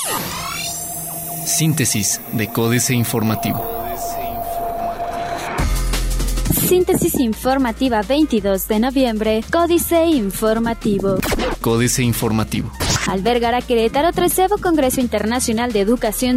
Síntesis de Códice Informativo. Síntesis informativa 22 de noviembre, Códice Informativo. Códice Informativo. Albergará Querétaro 13º Congreso Internacional de Educación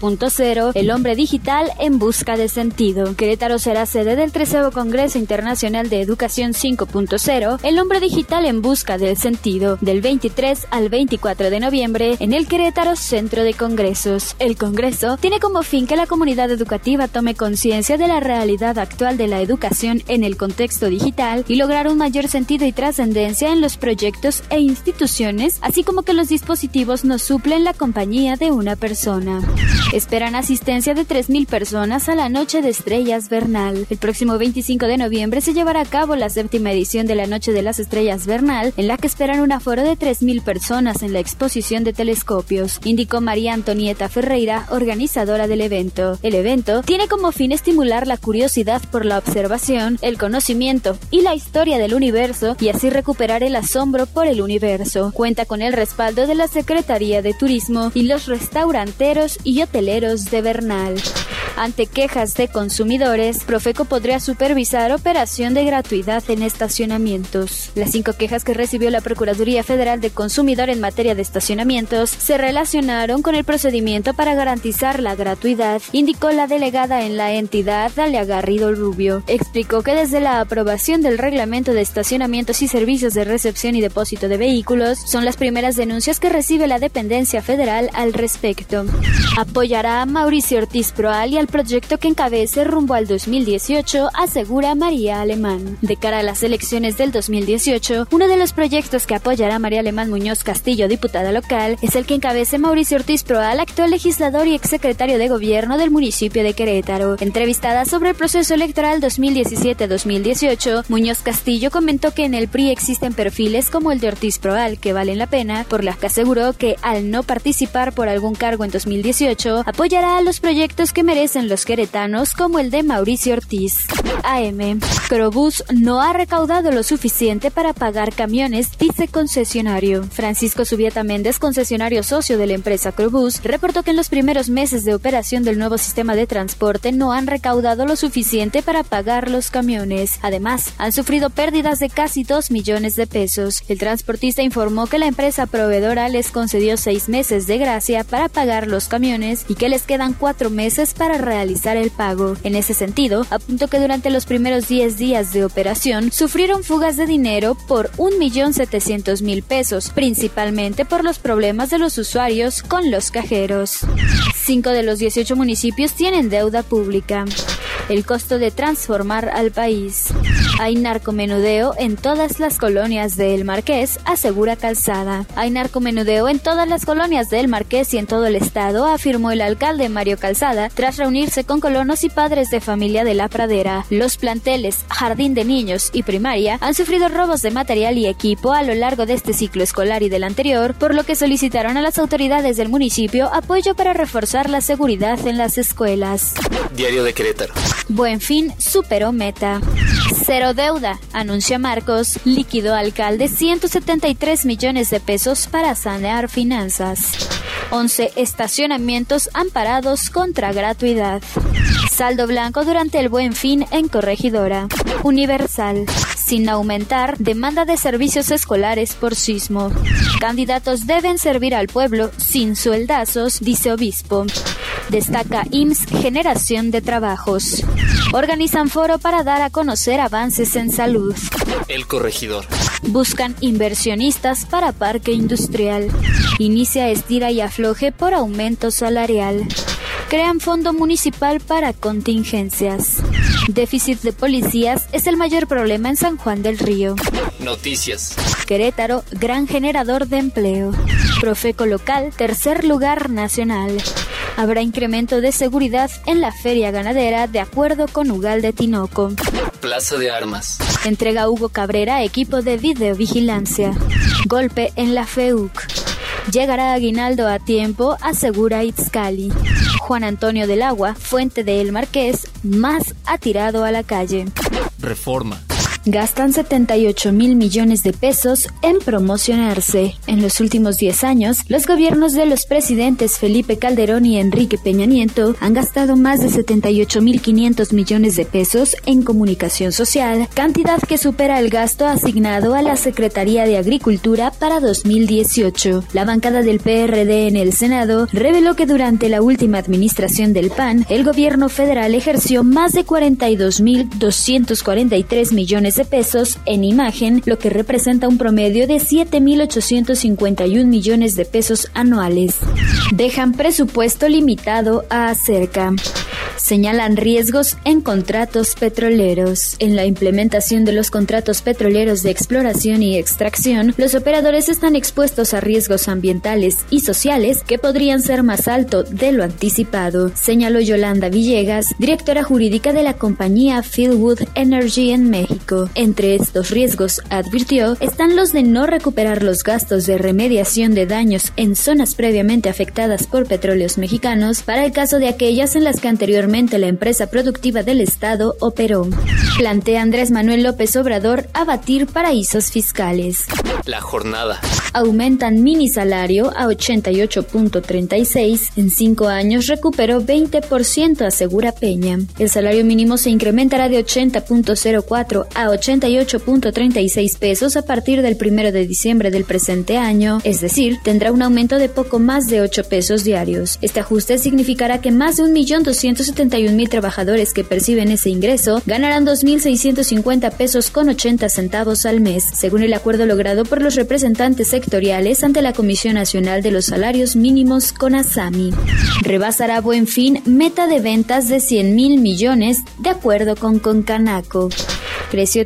5.0, el hombre digital en busca de sentido. Querétaro será sede del 13º Congreso Internacional de Educación 5.0, el hombre digital en busca del sentido, del 23 al 24 de noviembre en el Querétaro Centro de Congresos. El Congreso tiene como fin que la comunidad educativa tome conciencia de la realidad actual de la educación en el contexto digital y lograr un mayor sentido y trascendencia en los proyectos e instituciones, así como que los dispositivos no suplen la compañía de una persona. Esperan asistencia de 3,000 personas a la Noche de Estrellas Vernal. El próximo 25 de noviembre se llevará a cabo la 7ª edición de la Noche de las Estrellas Vernal, en la que esperan un aforo de 3,000 personas en la exposición de telescopios, indicó María Antonieta Ferreira, organizadora del evento. El evento tiene como fin estimular la curiosidad por la observación, el conocimiento y la historia del universo y así recuperar el asombro por el universo. Cuenta con el respaldo de la Secretaría de Turismo y los restauranteros y hoteleros de Bernal. Ante quejas de consumidores, Profeco podría supervisar operación de gratuidad en estacionamientos. Las 5 quejas que recibió la Procuraduría Federal de Consumidor en materia de estacionamientos se relacionaron con el procedimiento para garantizar la gratuidad, indicó la delegada en la entidad, Dalia Garrido Rubio. Explicó que desde la aprobación del Reglamento de Estacionamientos y Servicios de Recepción y Depósito de Vehículos, son las primeras denuncias que recibe la dependencia federal al respecto. Apoyará a Mauricio Ortiz Proal y al proyecto que encabece rumbo al 2018, asegura María Alemán. De cara a las elecciones del 2018, uno de los proyectos que apoyará María Alemán Muñoz Castillo, diputada local, es el que encabece Mauricio Ortiz Proal, actual legislador y exsecretario de Gobierno del municipio de Querétaro. Entrevistada sobre el proceso electoral 2017-2018, Muñoz Castillo comentó que en el PRI existen perfiles como el de Ortiz Proal que valen la pena, por las que aseguró que al no participar por algún cargo en 2018, apoyará a los proyectos que merecen los queretanos como el de Mauricio Ortiz. AM. Crobús no ha recaudado lo suficiente para pagar camiones, dice concesionario. Francisco Subieta Méndez, concesionario socio de la empresa Crobús, reportó que en los primeros meses de operación del nuevo sistema de transporte no han recaudado lo suficiente para pagar los camiones. Además, han sufrido pérdidas de casi 2 millones de pesos. El transportista informó que la empresa proveedora les concedió 6 meses de gracia para pagar los camiones y que les quedan 4 meses para realizar el pago. En ese sentido, apuntó que durante los primeros 10 días de operación sufrieron fugas de dinero por 1.700.000 pesos, principalmente por los problemas de los usuarios con los cajeros. 5 de los 18 municipios tienen deuda pública. El costo de transformar al país. Hay narcomenudeo en todas las colonias de El Marqués, asegura Calzada. Hay narcomenudeo en todas las colonias de El Marqués y en todo el estado, afirmó el alcalde Mario Calzada, tras reunirse con colonos y padres de familia de La Pradera. Los planteles, jardín de niños y primaria han sufrido robos de material y equipo a lo largo de este ciclo escolar y del anterior, por lo que solicitaron a las autoridades del municipio apoyo para reforzar la seguridad en las escuelas. Diario de Querétaro. Buen Fin superó meta. Cero deuda, anuncia Marcos. Líquido alcalde 173 millones de pesos para sanear finanzas. 11 estacionamientos amparados contra gratuidad. Saldo blanco durante el Buen Fin en Corregidora. Universal. Sin aumentar demanda de servicios escolares por sismo. Candidatos deben servir al pueblo sin sueldazos, dice obispo. Destaca IMSS generación de trabajos. Organizan foro para dar a conocer avances en salud. El Corregidor. Buscan inversionistas para parque industrial. Inicia estira y afloje por aumento salarial. Crean fondo municipal para contingencias. Déficit de policías es el mayor problema en San Juan del Río. Noticias. Querétaro, gran generador de empleo. Profeco local, tercer lugar nacional. Habrá incremento de seguridad en la feria ganadera de acuerdo con Ugal de Tinoco. Plaza de Armas. Entrega Hugo Cabrera equipo de videovigilancia. Golpe en la FEUC. Llegará aguinaldo a tiempo, asegura Itzcali. Juan Antonio del Agua, fuente de El Marqués, más ha tirado a la calle. Reforma. gastan 78,000 millones de pesos en promocionarse. En los últimos 10 años, los gobiernos de los presidentes Felipe Calderón y Enrique Peña Nieto han gastado más de 78,500 millones de pesos en comunicación social, cantidad que supera el gasto asignado a la Secretaría de Agricultura para 2018. La bancada del PRD en el Senado reveló que durante la última administración del PAN, el gobierno federal ejerció más de 42,243 millones de pesos en imagen, lo que representa un promedio de 7,851 millones de pesos anuales. Dejan presupuesto limitado a Acerca. Señalan riesgos en contratos petroleros. En la implementación de los contratos petroleros de exploración y extracción, los operadores están expuestos a riesgos ambientales y sociales que podrían ser más altos de lo anticipado, señaló Yolanda Villegas, directora jurídica de la compañía Fieldwood Energy en México. Entre estos riesgos, advirtió, están los de no recuperar los gastos de remediación de daños en zonas previamente afectadas por petróleos mexicanos para el caso de aquellas en las que anteriormente la empresa productiva del Estado operó. Plantea Andrés Manuel López Obrador abatir paraísos fiscales. La jornada. Aumentan minisalario a 88.36. En 5 años recuperó 20%, asegura Peña. El salario mínimo se incrementará de 80.04 a 88.36 pesos a partir del 1 de diciembre del presente año, es decir, tendrá un aumento de poco más de 8 pesos diarios. Este ajuste significará que más de 1.271.000 trabajadores que perciben ese ingreso ganarán 2.650 pesos con 80 centavos al mes, según el acuerdo logrado por los representantes sectoriales ante la Comisión Nacional de los Salarios Mínimos CONASAMI. Rebasará Buen Fin meta de ventas de 100,000 millones, de acuerdo con Concanaco. Creció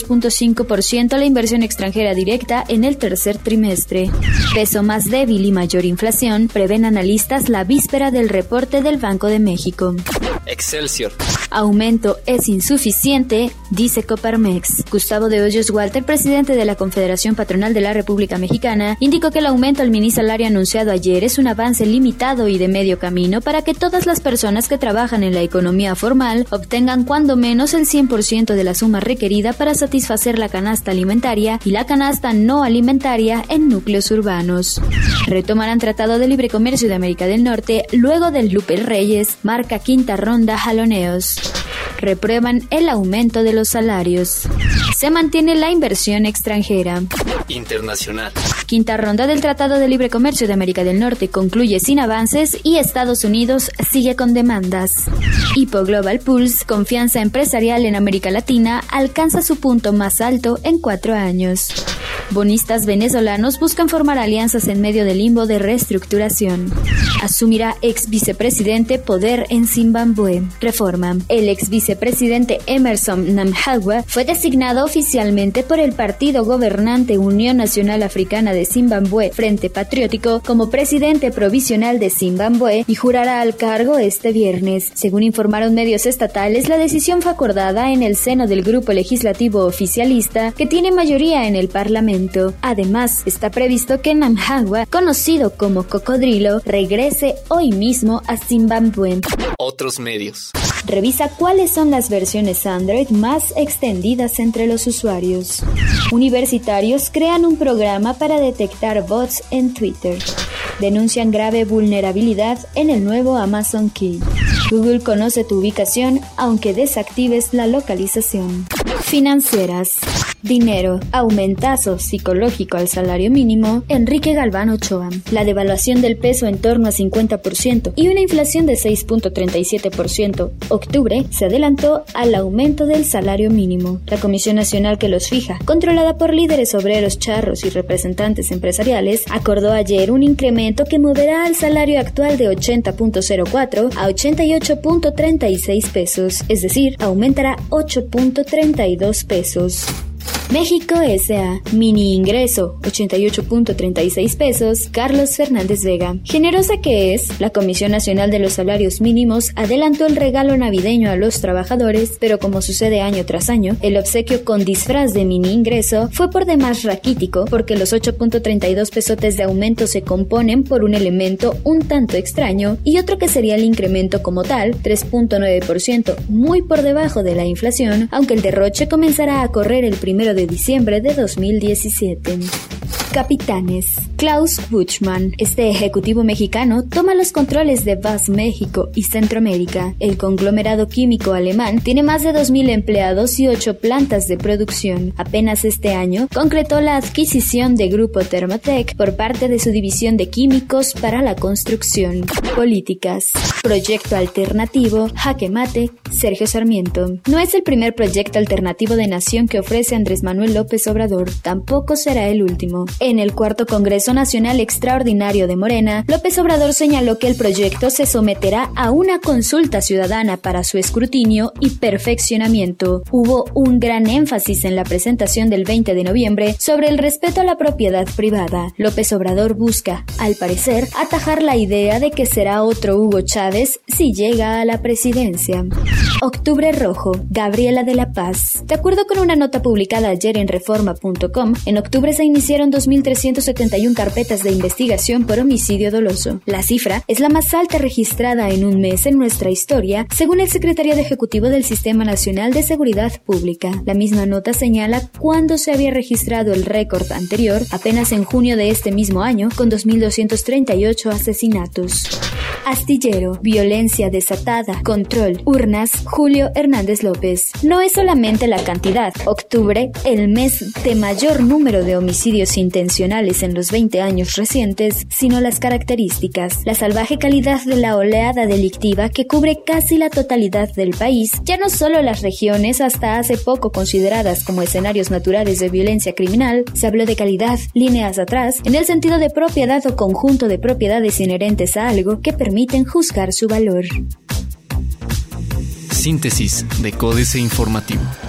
32.5% la inversión extranjera directa en el tercer trimestre. Peso más débil y mayor inflación, prevén analistas la víspera del reporte del Banco de México. Excelsior. Aumento es insuficiente, dice Coparmex. Gustavo de Hoyos Walter, presidente de la Confederación Patronal de la República Mexicana, indicó que el aumento al minisalario anunciado ayer es un avance limitado y de medio camino para que todas las personas que trabajan en la economía formal obtengan cuando menos el 100% de la suma requerida para satisfacer la canasta alimentaria y la canasta no alimentaria en núcleos urbanos. Retomarán Tratado de Libre Comercio de América del Norte luego del Lupe Reyes, marca quinta ronda jaloneos. Reprueban el aumento de los salarios. Se mantiene la inversión extranjera. Internacional. Quinta ronda del Tratado de Libre Comercio de América del Norte concluye sin avances y Estados Unidos sigue con demandas. Hippo Global Pulse, confianza empresarial en América Latina, alcanza su punto más alto en 4 años. Bonistas venezolanos buscan formar alianzas en medio del limbo de reestructuración. Asumirá ex vicepresidente poder en Zimbabue. Reforma. El ex vicepresidente Emmerson Mnangagwa fue designado oficialmente por el partido gobernante Unión Nacional Africana de Zimbabue, Frente Patriótico, como presidente provisional de Zimbabue y jurará al cargo este viernes. Según informaron medios estatales, la decisión fue acordada en el seno del grupo legislativo oficialista que tiene mayoría en el Parlamento. Además, está previsto que Mnangagwa, conocido como Cocodrilo, regrese hoy mismo a Zimbabue. Otros medios. Revisa cuáles son las versiones Android más extendidas entre los usuarios. Universitarios crean un programa para detectar bots en Twitter. Denuncian grave vulnerabilidad en el nuevo Amazon Key. Google conoce tu ubicación aunque desactives la localización. Financieras. Dinero, aumentazo psicológico al salario mínimo, Enrique Galván Ochoa. La devaluación del peso en torno a 50% y una inflación de 6.37%. Octubre se adelantó al aumento del salario mínimo. La Comisión Nacional que los fija, controlada por líderes obreros charros y representantes empresariales, acordó ayer un incremento que moverá al salario actual de 80.04 a 88.36 pesos, es decir, aumentará 8.32 pesos. México S.A. Mini ingreso, 88.36 pesos, Carlos Fernández Vega. Generosa que es, la Comisión Nacional de los Salarios Mínimos adelantó el regalo navideño a los trabajadores, pero como sucede año tras año, el obsequio con disfraz de mini ingreso fue por demás raquítico, porque los 8.32 pesotes de aumento se componen por un elemento un tanto extraño y otro que sería el incremento como tal, 3.9%, muy por debajo de la inflación, aunque el derroche comenzará a correr el 1 de diciembre de 2017. Capitanes. Klaus Buchmann. Este ejecutivo mexicano toma los controles de BASF México y Centroamérica. El conglomerado químico alemán tiene más de 2.000 empleados y 8 plantas de producción. Apenas este año concretó la adquisición de Grupo Thermotec por parte de su división de químicos para la construcción. Políticas. Proyecto alternativo, jaque mate, Sergio Sarmiento. No es el primer proyecto alternativo de nación que ofrece Andrés Manuel López Obrador, tampoco será el último. En el cuarto Congreso Nacional Extraordinario de Morena, López Obrador señaló que el proyecto se someterá a una consulta ciudadana para su escrutinio y perfeccionamiento. Hubo un gran énfasis en la presentación del 20 de noviembre sobre el respeto a la propiedad privada. López Obrador busca, al parecer, atajar la idea de que será otro Hugo Chávez si llega a la presidencia. Octubre Rojo, Gabriela de la Paz. De acuerdo con una nota publicada ayer en Reforma.com, en octubre se iniciaron 2.371 carpetas de investigación por homicidio doloso. La cifra es la más alta registrada en un mes en nuestra historia, según el secretario ejecutivo del Sistema Nacional de Seguridad Pública. La misma nota señala cuándo se había registrado el récord anterior, apenas en junio de este mismo año, con 2.238 asesinatos. Astillero, violencia desatada, control, urnas, Julio Hernández López. No es solamente la cantidad. Octubre, el mes de mayor número de homicidios intencionales en los 20 años recientes, sino las características. La salvaje calidad de la oleada delictiva que cubre casi la totalidad del país, ya no solo las regiones hasta hace poco consideradas como escenarios naturales de violencia criminal, se habló de calidad, líneas atrás, en el sentido de propiedad o conjunto de propiedades inherentes a algo que permiten juzgar su valor. Síntesis de Códice Informativo.